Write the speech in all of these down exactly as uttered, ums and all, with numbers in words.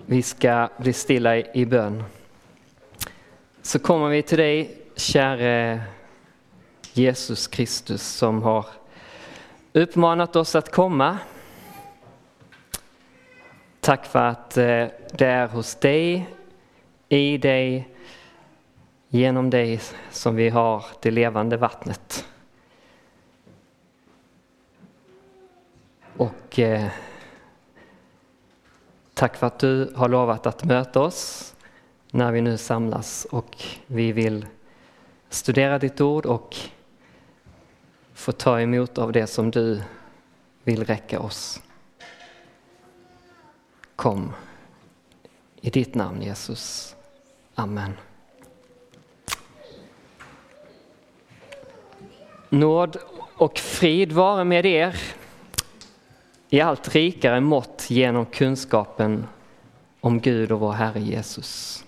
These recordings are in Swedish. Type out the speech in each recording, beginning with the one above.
vi ska bli stilla i bön, så kommer vi till dig, käre Jesus Kristus, som har uppmanat oss att komma. Tack för att det är hos dig, i dig, genom dig som vi har det levande vattnet. Och eh, tack för att du har lovat att möta oss när vi nu samlas, och vi vill studera ditt ord och få ta emot av det som du vill räcka oss. Kom i ditt namn, Jesus. Amen. Nåd och frid vare med er i allt rikare mått genom kunskapen om Gud och vår Herre Jesus.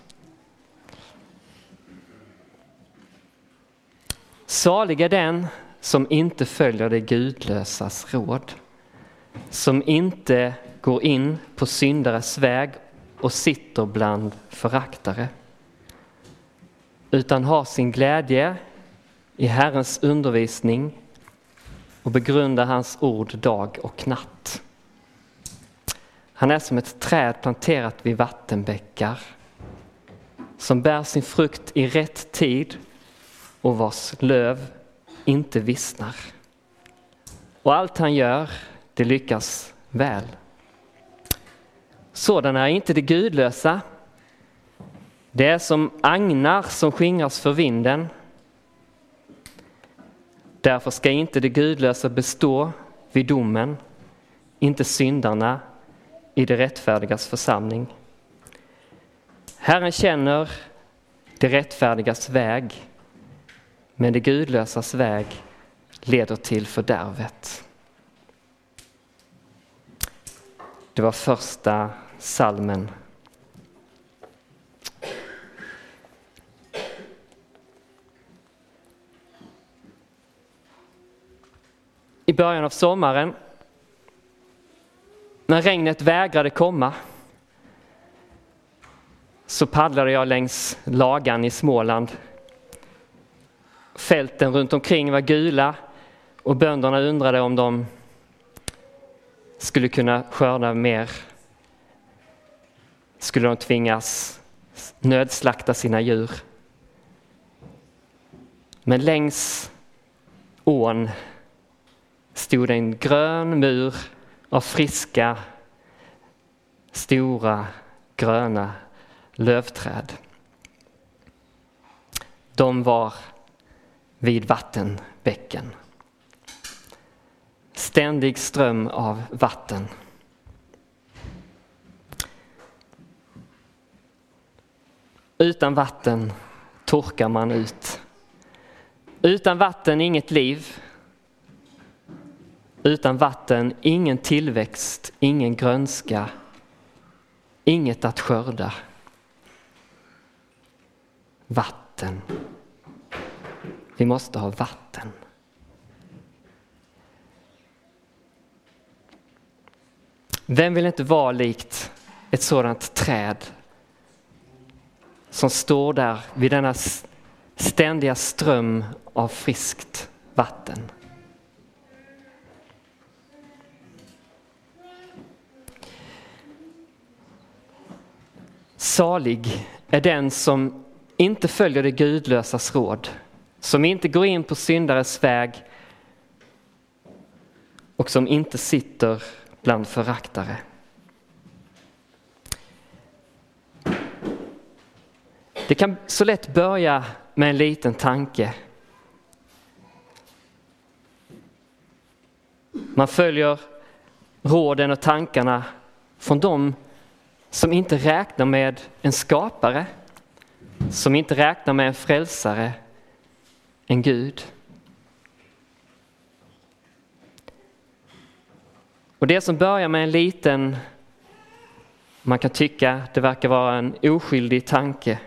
Salig är den som inte följer det gudlösas råd, som inte går in på syndares väg och sitter bland föraktare, utan har sin glädje i Herrens undervisning och begrundar hans ord dag och natt. Han är som ett träd planterat vid vattenbäckar, som bär sin frukt i rätt tid och vars löv inte vissnar. Och allt han gör, det lyckas väl. Sådana är inte det gudlösa. Det är som agnar som skingras för vinden. Därför ska inte det gudlösa bestå vid domen, inte syndarna i det rättfärdigas församling. Herren känner det rättfärdigas väg, men det gudlösas väg leder till fördärvet. Det var första salmen. I början av sommaren, när regnet vägrade komma, så paddlade jag längs Lagan i Småland. Fälten runt omkring var gula och bönderna undrade om de skulle kunna skörda mer. Skulle de tvingas nödslakta sina djur. Men längs ån stod en grön mur av friska, stora, gröna lövträd. De var vid vattenbäcken. Ständig ström av vatten. Utan vatten torkar man ut. Utan vatten inget liv. Utan vatten ingen tillväxt, ingen grönska, inget att skörda. Vatten. Vi måste ha vatten. Vem vill inte vara likt ett sådant träd som står där vid denna ständiga ström av friskt vatten? Salig är den som inte följer det gudlösas råd, som inte går in på syndares väg och som inte sitter bland föraktare. Det kan så lätt börja med en liten tanke. Man följer råden och tankarna från dem som inte räknar med en skapare, som inte räknar med en frälsare, en Gud. Och det som börjar med en liten, man kan tycka det verkar vara en oskyldig tanke,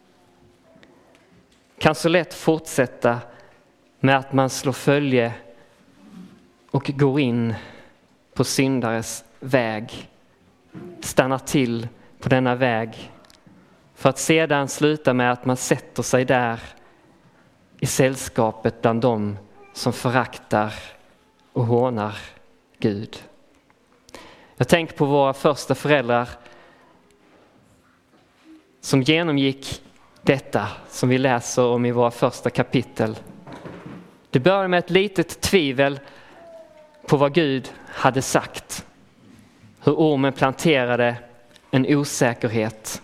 kan så lätt fortsätta med att man slår följe och går in på syndares väg, stannar till på denna väg, för att sedan sluta med att man sätter sig där i sällskapet bland dem som föraktar och hånar Gud. Jag tänker på våra första föräldrar som genomgick detta som vi läser om i våra första kapitel. Det började med ett litet tvivel på vad Gud hade sagt. Hur ormen planterade en osäkerhet.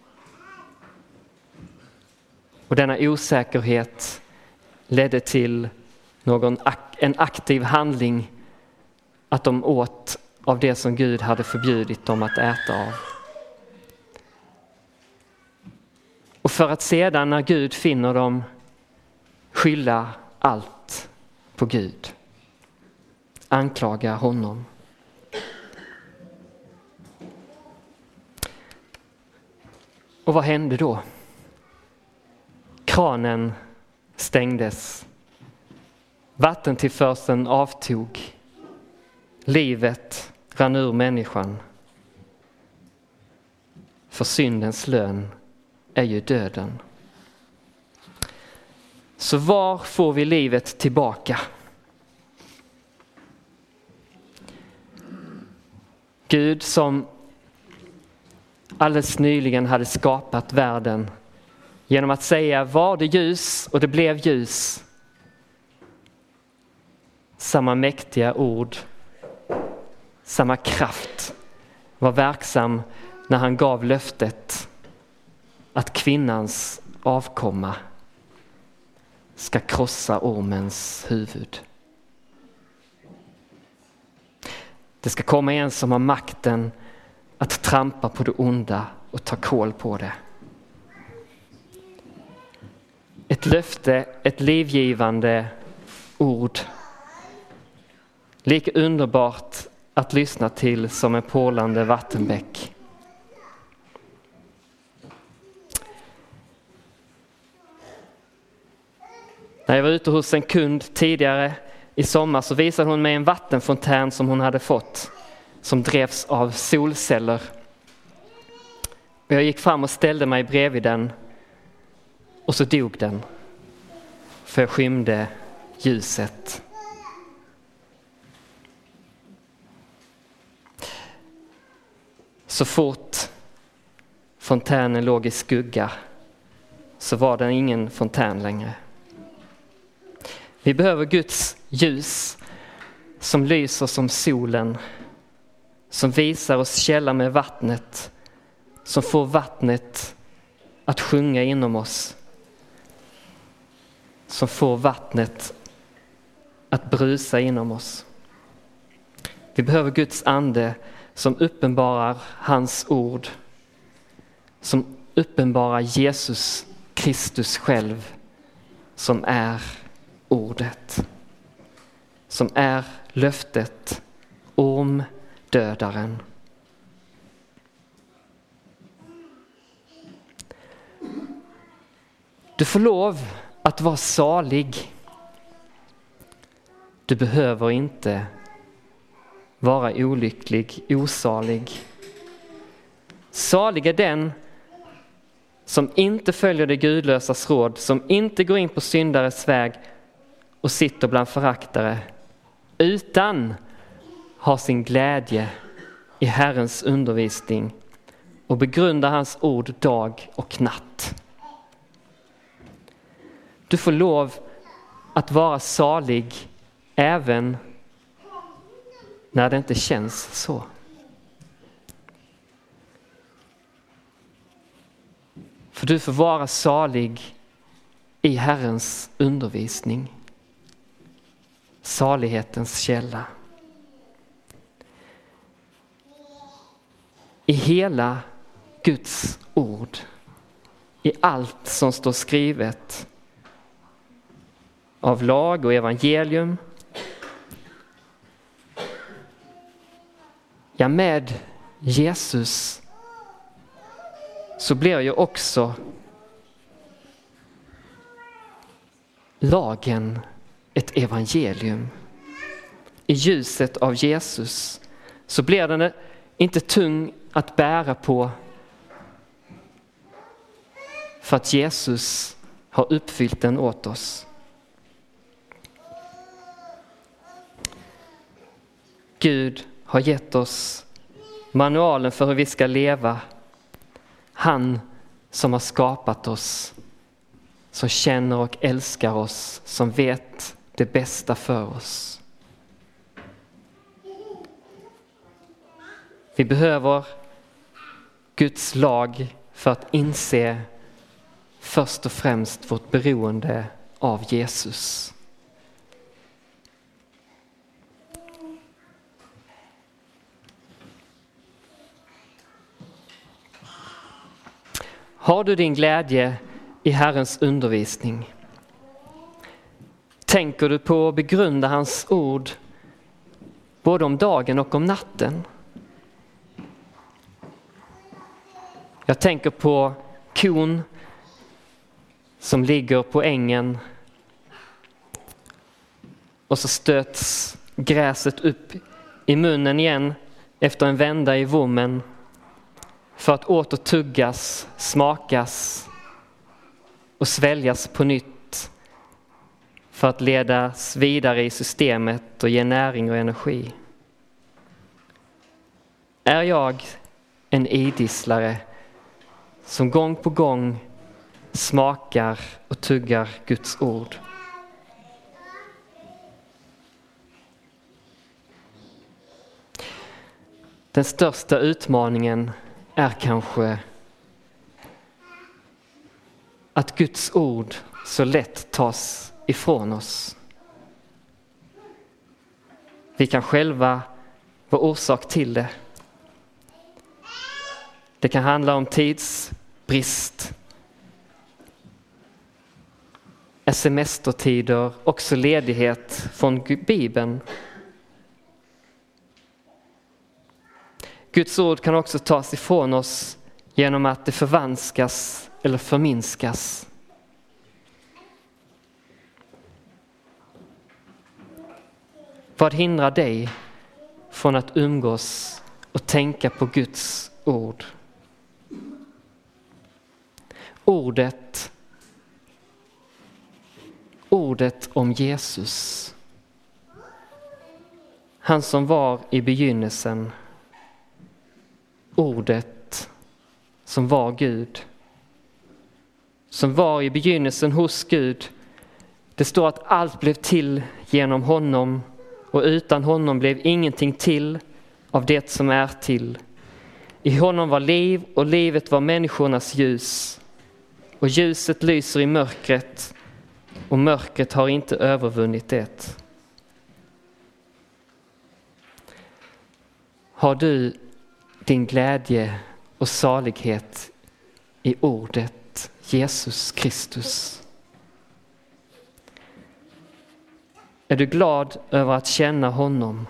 Och denna osäkerhet ledde till någon, en aktiv handling, att de åt av det som Gud hade förbjudit dem att äta av. Och för att sedan när Gud finner dem skylla allt på Gud. Anklaga honom. Och vad hände då? Kranen stängdes. Vattentillförseln avtog. Livet rann ur människan. För syndens lön är ju döden. Så var får vi livet tillbaka? Gud som alldeles nyligen hade skapat världen genom att säga var det ljus och det blev ljus. Samma mäktiga ord, samma kraft var verksam när han gav löftet att kvinnans avkomma ska krossa ormens huvud. Det ska komma en som har makten att trampa på det onda och ta kål på det. Ett löfte, ett livgivande ord. Lika underbart att lyssna till som en porlande vattenbäck. När jag var ute hos en kund tidigare i sommar så visade hon mig en vattenfontän som hon hade fått, som drevs av solceller. Och jag gick fram och ställde mig bredvid den och så dog den, för jag skymde ljuset. Så fort fontänen låg i skugga så var den ingen fontän längre. Vi behöver Guds ljus som lyser som solen, som visar oss källa med vattnet, som får vattnet att sjunga inom oss, som får vattnet att brusa inom oss. Vi behöver Guds ande som uppenbarar hans ord, som uppenbarar Jesus Kristus själv, som är ordet, som är löftet, ormdödaren. Du får lov att vara salig. Du behöver inte vara olycklig, osalig. Salig är den som inte följer det gudlösas råd, som inte går in på syndares väg och sitter bland föraktare, utan har sin glädje i Herrens undervisning och begrundar hans ord dag och natt. Du får lov att vara salig även när det inte känns så. För du får vara salig i Herrens undervisning. Salighetens källa. I hela Guds ord. I allt som står skrivet av lag och evangelium. Ja, med Jesus så blir ju också lagen ett evangelium. I ljuset av Jesus så blir den inte tung att bära på för att Jesus har uppfyllt den åt oss. Gud har gett oss manualen för hur vi ska leva. Han som har skapat oss, som känner och älskar oss, som vet det bästa för oss. Vi behöver Guds lag för att inse först och främst vårt beroende av Jesus. Har du din glädje i Herrens undervisning? Tänker du på att begrunda hans ord både om dagen och om natten? Jag tänker på kon som ligger på ängen och så stöts gräset upp i munnen igen efter en vända i vommen för att åter tuggas, smakas och sväljas på nytt för att ledas vidare i systemet och ge näring och energi. Är jag en idisslare som gång på gång smakar och tuggar Guds ord? Den största utmaningen är kanske att Guds ord så lätt tas ifrån oss. Vi kan själva vara orsak till det. Det kan handla om tidsbrist, semestertider, också ledighet från Bibeln. Guds ord kan också tas ifrån oss genom att det förvanskas eller förminskas. Vad hindrar dig från att umgås och tänka på Guds ord? Ordet, ordet om Jesus. Han som var i begynnelsen. Ordet som var Gud. Som var i begynnelsen hos Gud. Det står att allt blev till genom honom, och utan honom blev ingenting till av det som är till. I honom var liv, och livet var människornas ljus. Och ljuset lyser i mörkret, och mörkret har inte övervunnit det. Har du din glädje och salighet i ordet Jesus Kristus? Är du glad över att känna honom?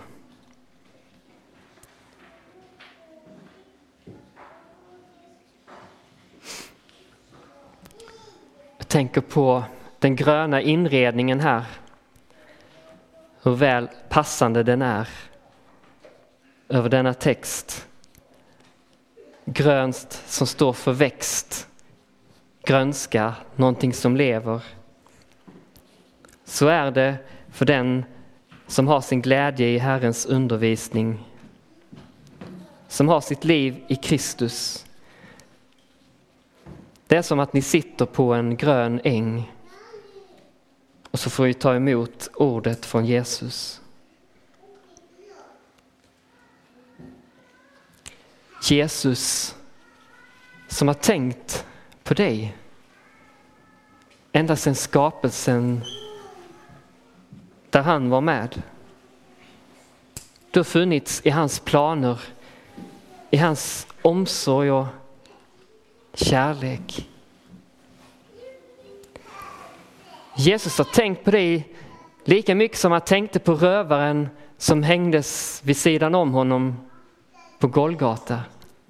Jag tänker på den gröna inredningen här. Hur väl passande den är över denna text. Grönst som står för växt. Grönska, någonting som lever. Så är det för den som har sin glädje i Herrens undervisning. Som har sitt liv i Kristus. Det är som att ni sitter på en grön äng. Och så får vi ta emot ordet från Jesus. Jesus som har tänkt på dig ända sedan skapelsen där han var med. Du har funnits i hans planer, i hans omsorg och kärlek. Jesus har tänkt på dig lika mycket som han tänkte på rövaren som hängdes vid sidan om honom på Golgata.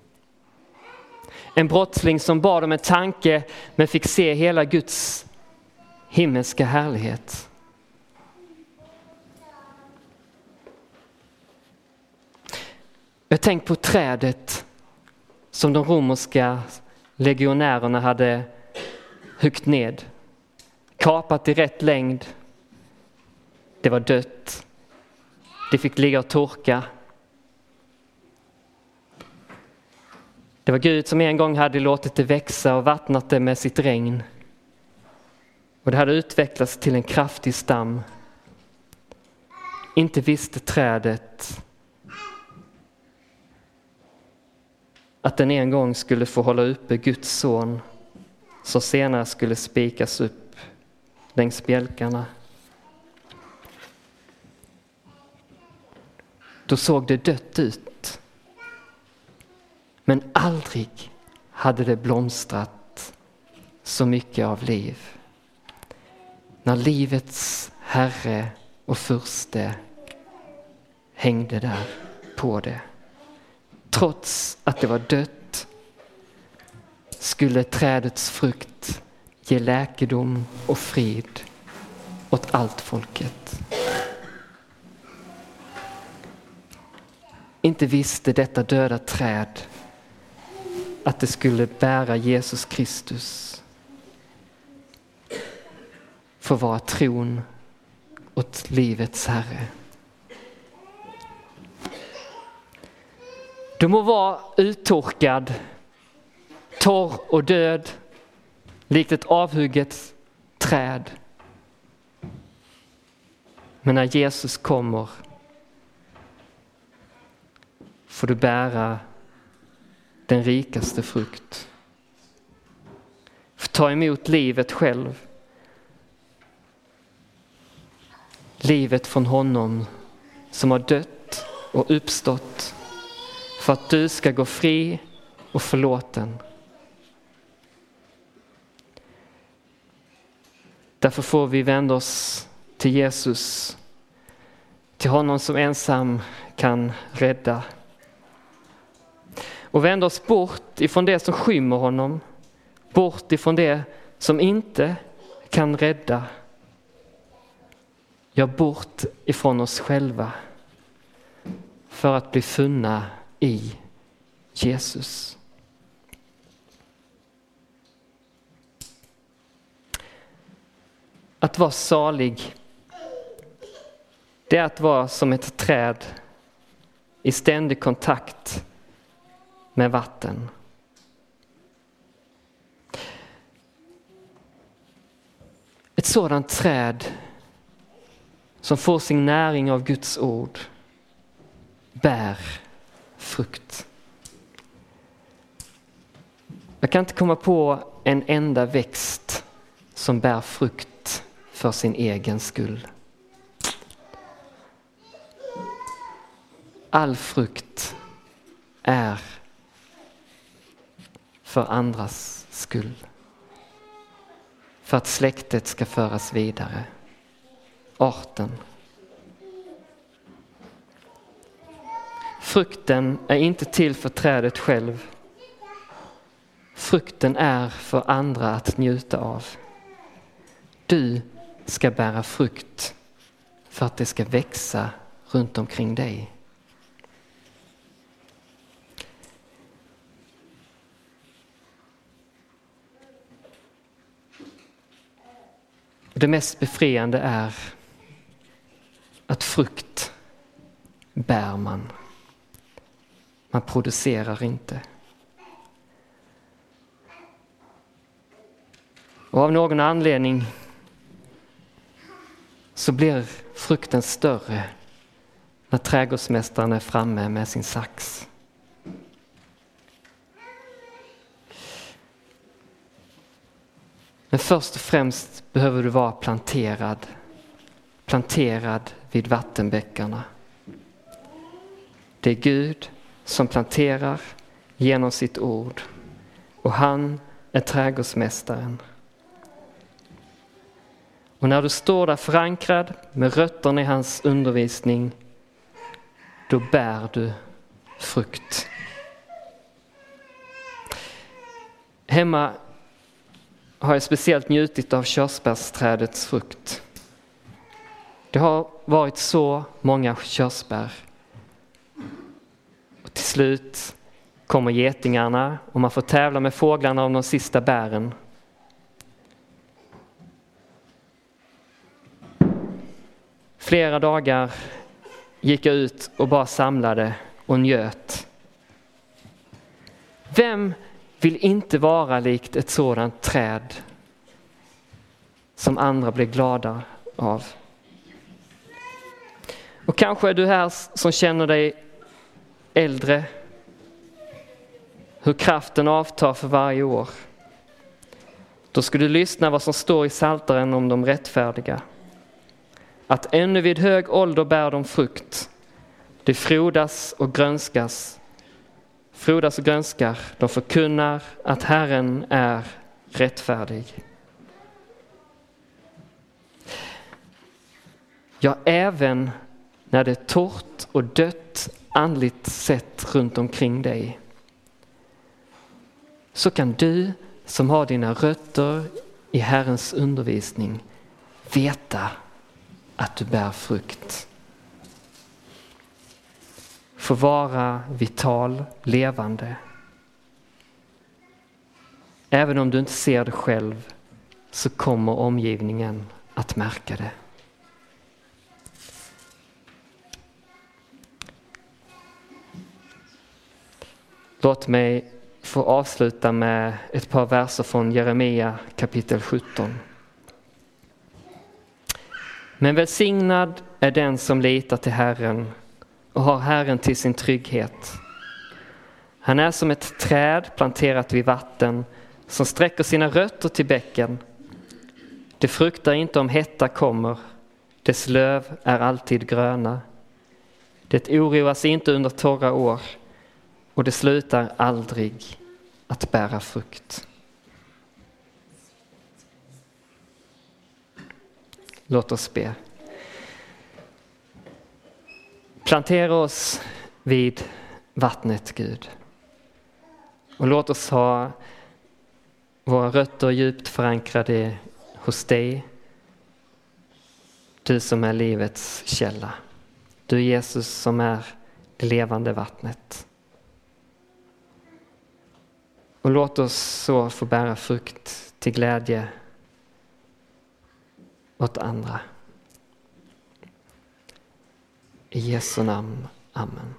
En brottsling som bad om en tanke men fick se hela Guds himmelska härlighet. Jag tänkte på trädet som de romerska legionärerna hade högt ned, kapat i rätt längd. Det var dött. Det fick ligga och torka. Det var Gud som en gång hade låtit det växa och vattnat det med sitt regn. Och det hade utvecklats till en kraftig stam. Inte visste trädet att den en gång skulle få hålla uppe Guds son, som senare skulle spikas upp längs bjälkarna. Då såg det dött ut. Men aldrig hade det blomstrat så mycket av liv. När livets herre och furste hängde där på det. Trots att det var dött skulle trädets frukt ge läkedom och frid åt allt folket. Inte visste detta döda träd att det skulle bära Jesus Kristus för att vara tron åt livets herre. Du må vara uttorkad, torr och död, likt ett avhugget träd. Men när Jesus kommer får du bära den rikaste frukt. Får ta emot livet själv. Livet från honom som har dött och uppstått för att du ska gå fri och förlåten. Därför får vi vända oss till Jesus, till honom som ensam kan rädda. Och vända oss bort ifrån det som skymmer honom, bort ifrån det som inte kan rädda. Ja, bort ifrån oss själva för att bli funna i Jesus. Att vara salig, det är att vara som ett träd i ständig kontakt med vatten. Ett sådant träd som får sin näring av Guds ord bär frukt. Jag kan inte komma på en enda växt som bär frukt för sin egen skull. All frukt är för andras skull. För att släktet ska föras vidare. Arten. Frukten är inte till för trädet själv. Frukten är för andra att njuta av. Du ska bära frukt för att det ska växa runt omkring dig. Det mest befriande är att frukt bär man. Man producerar inte. Och av någon anledning så blir frukten större när trädgårdsmästaren är framme med sin sax. Men först och främst behöver du vara planterad. Planterad vid vattenbäckarna. Det är Gud som planterar genom sitt ord. Och han är trädgårdsmästaren. Och när du står där förankrad med rötterna i hans undervisning, då bär du frukt. Hemma har jag speciellt njutit av körsbärsträdets frukt. Det har varit så många körsbär. Och till slut kommer getingarna och man får tävla med fåglarna om de sista bären. Flera dagar gick jag ut och bara samlade och njöt. Vem vill inte vara likt ett sådant träd som andra blir glada av? Och kanske är du här som känner dig äldre, hur kraften avtar för varje år. Då ska du lyssna vad som står i Psaltaren om de rättfärdiga. Att ännu vid hög ålder bär de frukt. Det frodas och grönskas. Frodas och grönskar. De förkunnar att Herren är rättfärdig. Ja, även när det är torrt och dött andligt sett runt omkring dig, så kan du som har dina rötter i Herrens undervisning veta att du bär frukt. Få vara vital, levande. Även om du inte ser det själv så kommer omgivningen att märka det. Låt mig få avsluta med ett par verser från Jeremia kapitel sjutton. Men välsignad är den som litar till Herren och har Herren till sin trygghet. Han är som ett träd planterat vid vatten som sträcker sina rötter till bäcken. Det fruktar inte om hetta kommer, dess löv är alltid gröna. Det oroas inte under torra år och det slutar aldrig att bära frukt. Låt oss be. Plantera oss vid vattnet, Gud. Och låt oss ha våra rötter djupt förankrade hos dig. Du som är livets källa. Du Jesus som är det levande vattnet. Och låt oss så få bära frukt till glädje åt andra. I Jesu namn. Amen.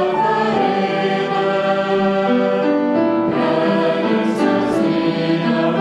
Love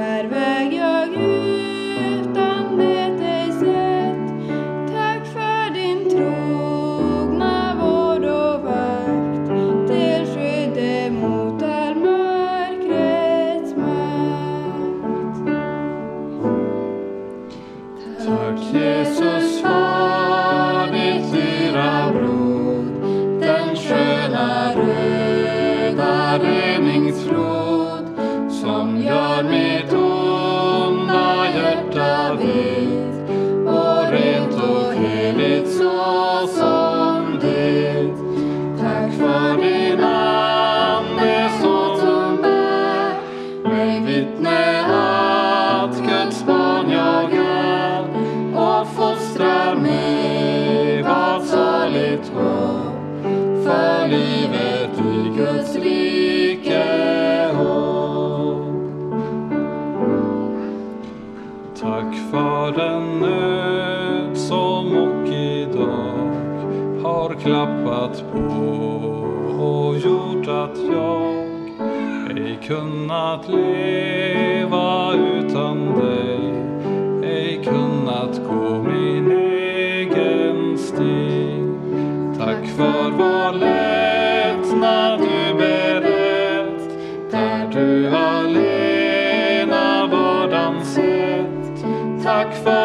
där väg jag utan det ej sett. Tack för din trogna vård och vakt, till skydd mot all mörkrets makt. Tack Jesus för ditt dyra blod, den sköna röda reningsflod, som gör mitt onda hjärta vitt och rent och heligt så som ditt. Tack för din ande så som bär mig vittne att Guds barn jag är, och fostrar mig vad saligt hopp för livet i Guds rike hopp. Tack för den nöd som och idag har klappat på och gjort att jag ej kunnat leva utan dig, ej kunnat gå min egen stig. Tack för vår lättnad du berett, där du alena bördan sett. Tack för